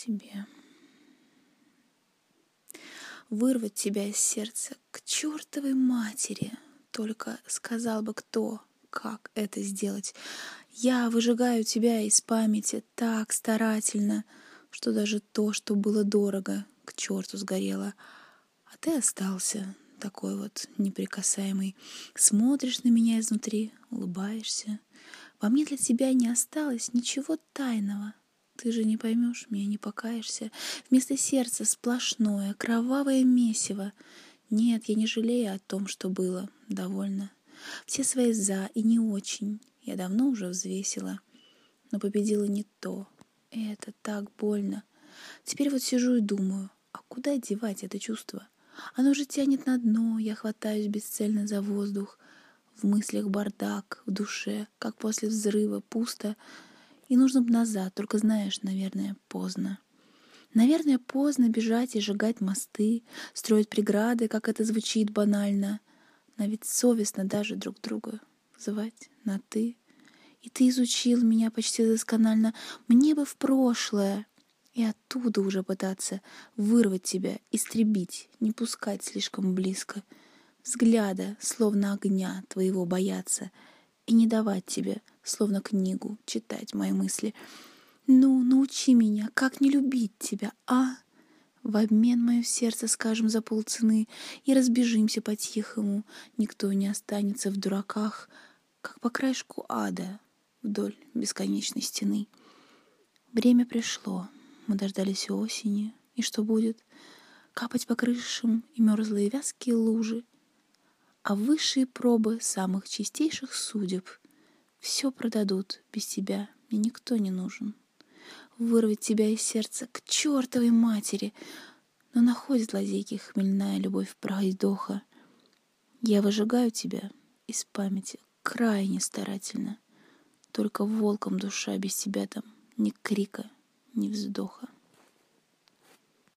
тебе. Вырвать тебя из сердца к чертовой матери. Только сказал бы кто, как это сделать. Я выжигаю тебя из памяти так старательно, что даже то, что было дорого, к черту сгорело. А ты остался такой вот неприкасаемый. Смотришь на меня изнутри, улыбаешься. Во мне для тебя не осталось ничего тайного. Ты же не поймешь меня, не покаешься. Вместо сердца сплошное, кровавое месиво. Нет, я не жалею о том, что было. Довольно. Все свои «за» и «не очень» я давно уже взвесила. Но победила не то. И это так больно. Теперь вот сижу и думаю, а куда девать это чувство? Оно же тянет на дно, я хватаюсь бесцельно за воздух. В мыслях бардак, в душе, как после взрыва, пусто. И нужно бы назад, только знаешь, наверное, поздно. Наверное, поздно бежать и сжигать мосты, строить преграды, как это звучит банально. Но ведь совестно даже друг друга звать на «ты». И ты изучил меня почти досконально. Мне бы в прошлое. И оттуда уже пытаться вырвать тебя, истребить, не пускать слишком близко. Взгляда, словно огня твоего бояться. И не давать тебе, словно книгу, читать мои мысли. Ну, научи меня, как не любить тебя, а? В обмен мое сердце скажем за полцены и разбежимся по-тихому. Никто не останется в дураках, как по краешку ада вдоль бесконечной стены. Время пришло, мы дождались осени, и что будет? Капать по крышам и мерзлые вязкие лужи, а высшие пробы самых чистейших судеб все продадут, без тебя мне никто не нужен. Вырвать тебя из сердца к чертовой матери, но находит лазейки хмельная любовь пройдоха. Я выжигаю тебя из памяти крайне старательно. Только волком душа без тебя там ни крика, ни вздоха.